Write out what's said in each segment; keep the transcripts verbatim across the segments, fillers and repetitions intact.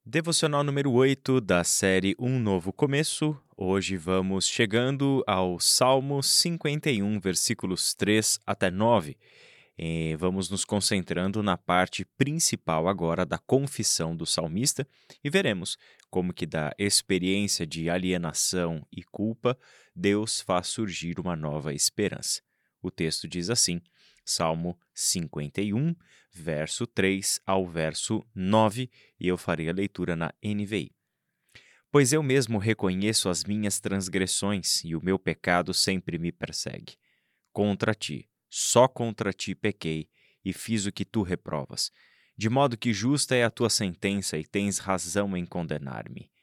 Devocional número oito da série Um Novo Começo. Hoje vamos chegando ao Salmo cinquenta e um, versículos três até nove. E vamos nos concentrando na parte principal agora da confissão do salmista e veremos como que da experiência de alienação e culpa, Deus faz surgir uma nova esperança. O texto diz assim, Salmo cinquenta e um, verso três ao verso nove, e eu farei a leitura na N V I. Pois eu mesmo reconheço as minhas transgressões e o meu pecado sempre me persegue. Contra ti, só contra ti pequei e fiz o que tu reprovas, de modo que justa é a tua sentença e tens razão em condenar-me.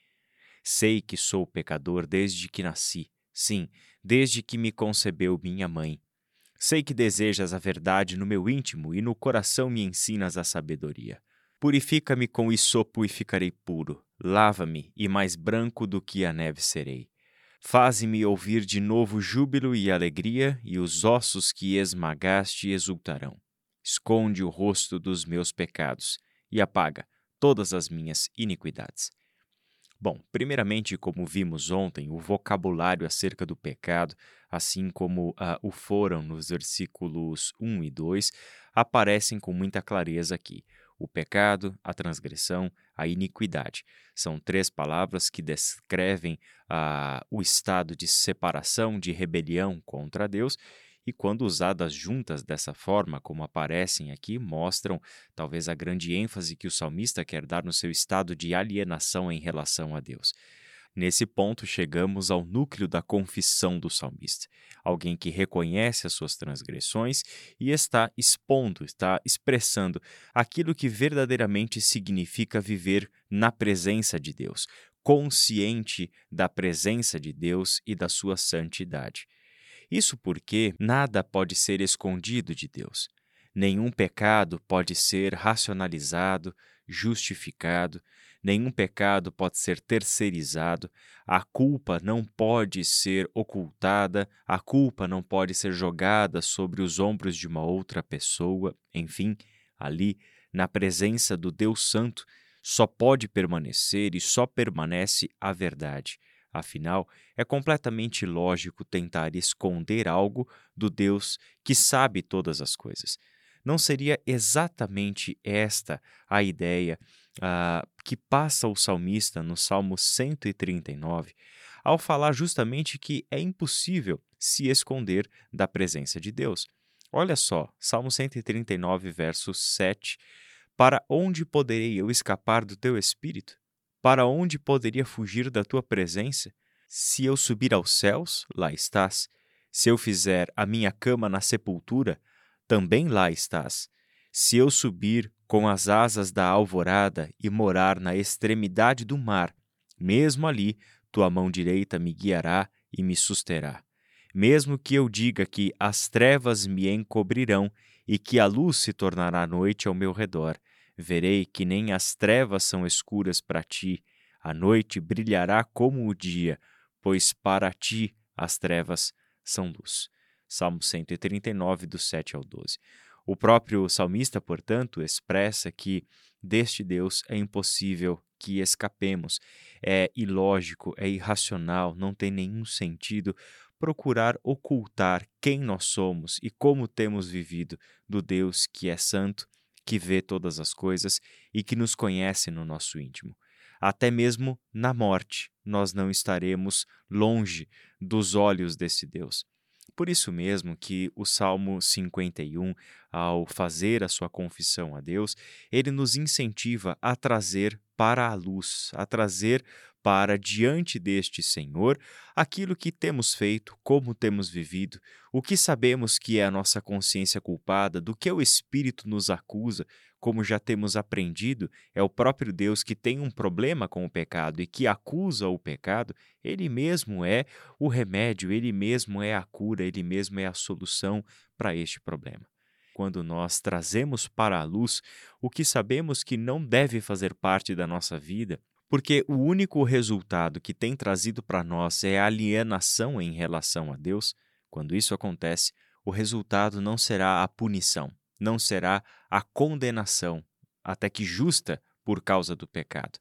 Sei que sou pecador desde que nasci, sim, desde que me concebeu minha mãe. Sei que desejas a verdade no meu íntimo e no coração me ensinas a sabedoria. Purifica-me com hisopo e ficarei puro. Lava-me e mais branco do que a neve serei. Faze-me ouvir de novo júbilo e alegria, e os ossos que esmagaste exultarão. Esconde o rosto dos meus pecados e apaga todas as minhas iniquidades. Bom, primeiramente, como vimos ontem, o vocabulário acerca do pecado, assim como ah, o foram nos versículos um e dois, aparecem com muita clareza aqui. O pecado, a transgressão, a iniquidade. São três palavras que descrevem ah, o estado de separação, de rebelião contra Deus, e quando usadas juntas dessa forma, como aparecem aqui, mostram talvez a grande ênfase que o salmista quer dar no seu estado de alienação em relação a Deus. Nesse ponto, chegamos ao núcleo da confissão do salmista. Alguém que reconhece as suas transgressões e está expondo, está expressando aquilo que verdadeiramente significa viver na presença de Deus, consciente da presença de Deus e da sua santidade. Isso porque nada pode ser escondido de Deus. Nenhum pecado pode ser racionalizado, justificado, nenhum pecado pode ser terceirizado, a culpa não pode ser ocultada, a culpa não pode ser jogada sobre os ombros de uma outra pessoa, enfim, ali, na presença do Deus Santo, só pode permanecer e só permanece a verdade. Afinal, é completamente ilógico tentar esconder algo do Deus que sabe todas as coisas. Não seria exatamente esta a ideia ah, que passa o salmista no Salmo cento e trinta e nove, ao falar justamente que é impossível se esconder da presença de Deus? Olha só, Salmo cento e trinta e nove, verso sete. Para onde poderei eu escapar do teu espírito? Para onde poderia fugir da tua presença? Se eu subir aos céus, lá estás. Se eu fizer a minha cama na sepultura, também lá estás. Se eu subir com as asas da alvorada e morar na extremidade do mar, mesmo ali tua mão direita me guiará e me susterá. Mesmo que eu diga que as trevas me encobrirão e que a luz se tornará noite ao meu redor, verei que nem as trevas são escuras para ti, a noite brilhará como o dia, pois para ti as trevas são luz. Salmo cento e trinta e nove, do sete ao doze. O próprio salmista, portanto, expressa que deste Deus é impossível que escapemos. É ilógico, é irracional, não tem nenhum sentido procurar ocultar quem nós somos e como temos vivido do Deus que é santo, que vê todas as coisas e que nos conhece no nosso íntimo. Até mesmo na morte, nós não estaremos longe dos olhos desse Deus. Por isso mesmo que o Salmo cinquenta e um, ao fazer a sua confissão a Deus, ele nos incentiva a trazer para a luz, a trazer para diante deste Senhor aquilo que temos feito, como temos vivido, o que sabemos que é a nossa consciência culpada, do que o Espírito nos acusa, como já temos aprendido, é o próprio Deus que tem um problema com o pecado e que acusa o pecado, ele mesmo é o remédio, ele mesmo é a cura, ele mesmo é a solução para este problema. Quando nós trazemos para a luz o que sabemos que não deve fazer parte da nossa vida, porque o único resultado que tem trazido para nós é a alienação em relação a Deus, quando isso acontece, o resultado não será a punição, não será a condenação, até que justa por causa do pecado,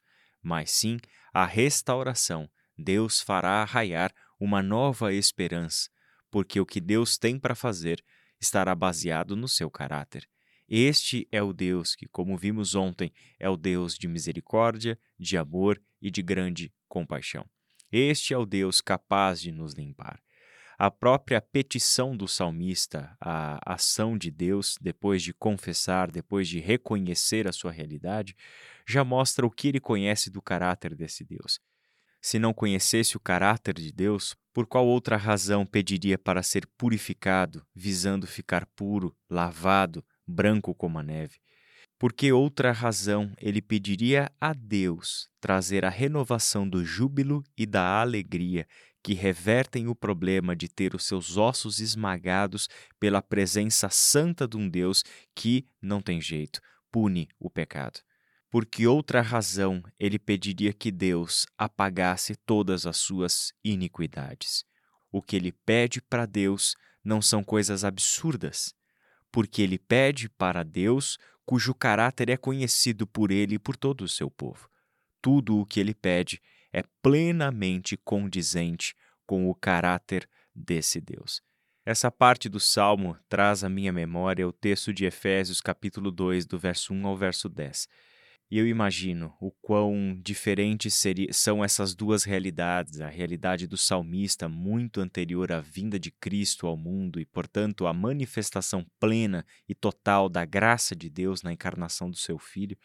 mas sim a restauração. Deus fará raiar uma nova esperança, porque o que Deus tem para fazer estará baseado no seu caráter. Este é o Deus que, como vimos ontem, é o Deus de misericórdia, de amor e de grande compaixão. Este é o Deus capaz de nos limpar. A própria petição do salmista, a ação de Deus, depois de confessar, depois de reconhecer a sua realidade, já mostra o que ele conhece do caráter desse Deus. Se não conhecesse o caráter de Deus, por qual outra razão pediria para ser purificado, visando ficar puro, lavado, branco como a neve? Por que outra razão ele pediria a Deus trazer a renovação do júbilo e da alegria que revertem o problema de ter os seus ossos esmagados pela presença santa de um Deus que, não tem jeito, pune o pecado? Por que outra razão ele pediria que Deus apagasse todas as suas iniquidades? O que ele pede para Deus não são coisas absurdas, porque ele pede para Deus cujo caráter é conhecido por ele e por todo o seu povo. Tudo o que ele pede é plenamente condizente com o caráter desse Deus. Essa parte do Salmo traz à minha memória o texto de Efésios capítulo dois, do verso um ao verso dez. E eu imagino o quão diferentes seria, são essas duas realidades, a realidade do salmista muito anterior à vinda de Cristo ao mundo e, portanto, a manifestação plena e total da graça de Deus na encarnação do seu Filho,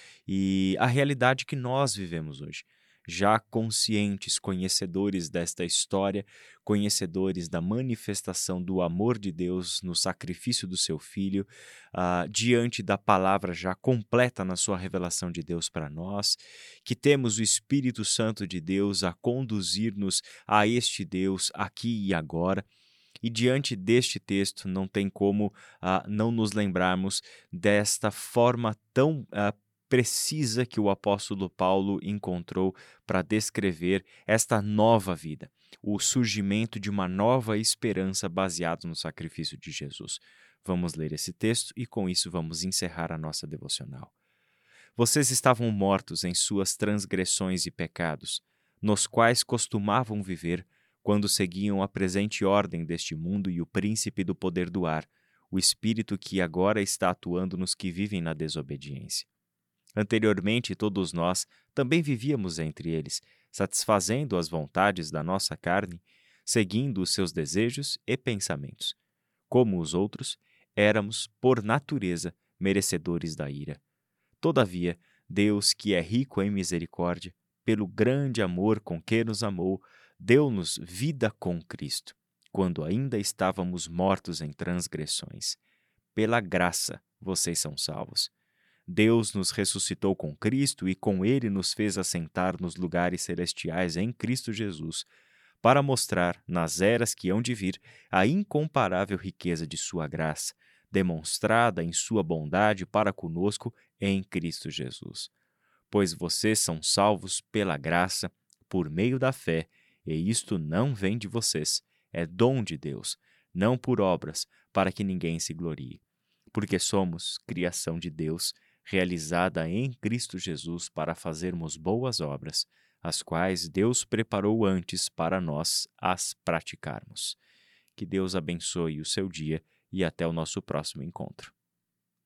e a realidade que nós vivemos hoje. Já conscientes, conhecedores desta história, conhecedores da manifestação do amor de Deus no sacrifício do seu Filho, uh, diante da palavra já completa na sua revelação de Deus para nós, que temos o Espírito Santo de Deus a conduzir-nos a este Deus aqui e agora. E diante deste texto não tem como uh, não nos lembrarmos desta forma tão uh, precisa que o apóstolo Paulo encontrou para descrever esta nova vida, o surgimento de uma nova esperança baseada no sacrifício de Jesus. Vamos ler esse texto e com isso vamos encerrar a nossa devocional. Vocês estavam mortos em suas transgressões e pecados, nos quais costumavam viver quando seguiam a presente ordem deste mundo e o príncipe do poder do ar, o espírito que agora está atuando nos que vivem na desobediência. Anteriormente, todos nós também vivíamos entre eles, satisfazendo as vontades da nossa carne, seguindo os seus desejos e pensamentos. Como os outros, éramos, por natureza, merecedores da ira. Todavia, Deus, que é rico em misericórdia, pelo grande amor com que nos amou, deu-nos vida com Cristo, quando ainda estávamos mortos em transgressões. Pela graça, vocês são salvos. Deus nos ressuscitou com Cristo e com Ele nos fez assentar nos lugares celestiais em Cristo Jesus, para mostrar, nas eras que hão de vir, a incomparável riqueza de sua graça, demonstrada em sua bondade para conosco em Cristo Jesus. Pois vocês são salvos pela graça, por meio da fé, e isto não vem de vocês, é dom de Deus, não por obras, para que ninguém se glorie. Porque somos criação de Deus, realizada em Cristo Jesus para fazermos boas obras, as quais Deus preparou antes para nós as praticarmos. Que Deus abençoe o seu dia e até o nosso próximo encontro.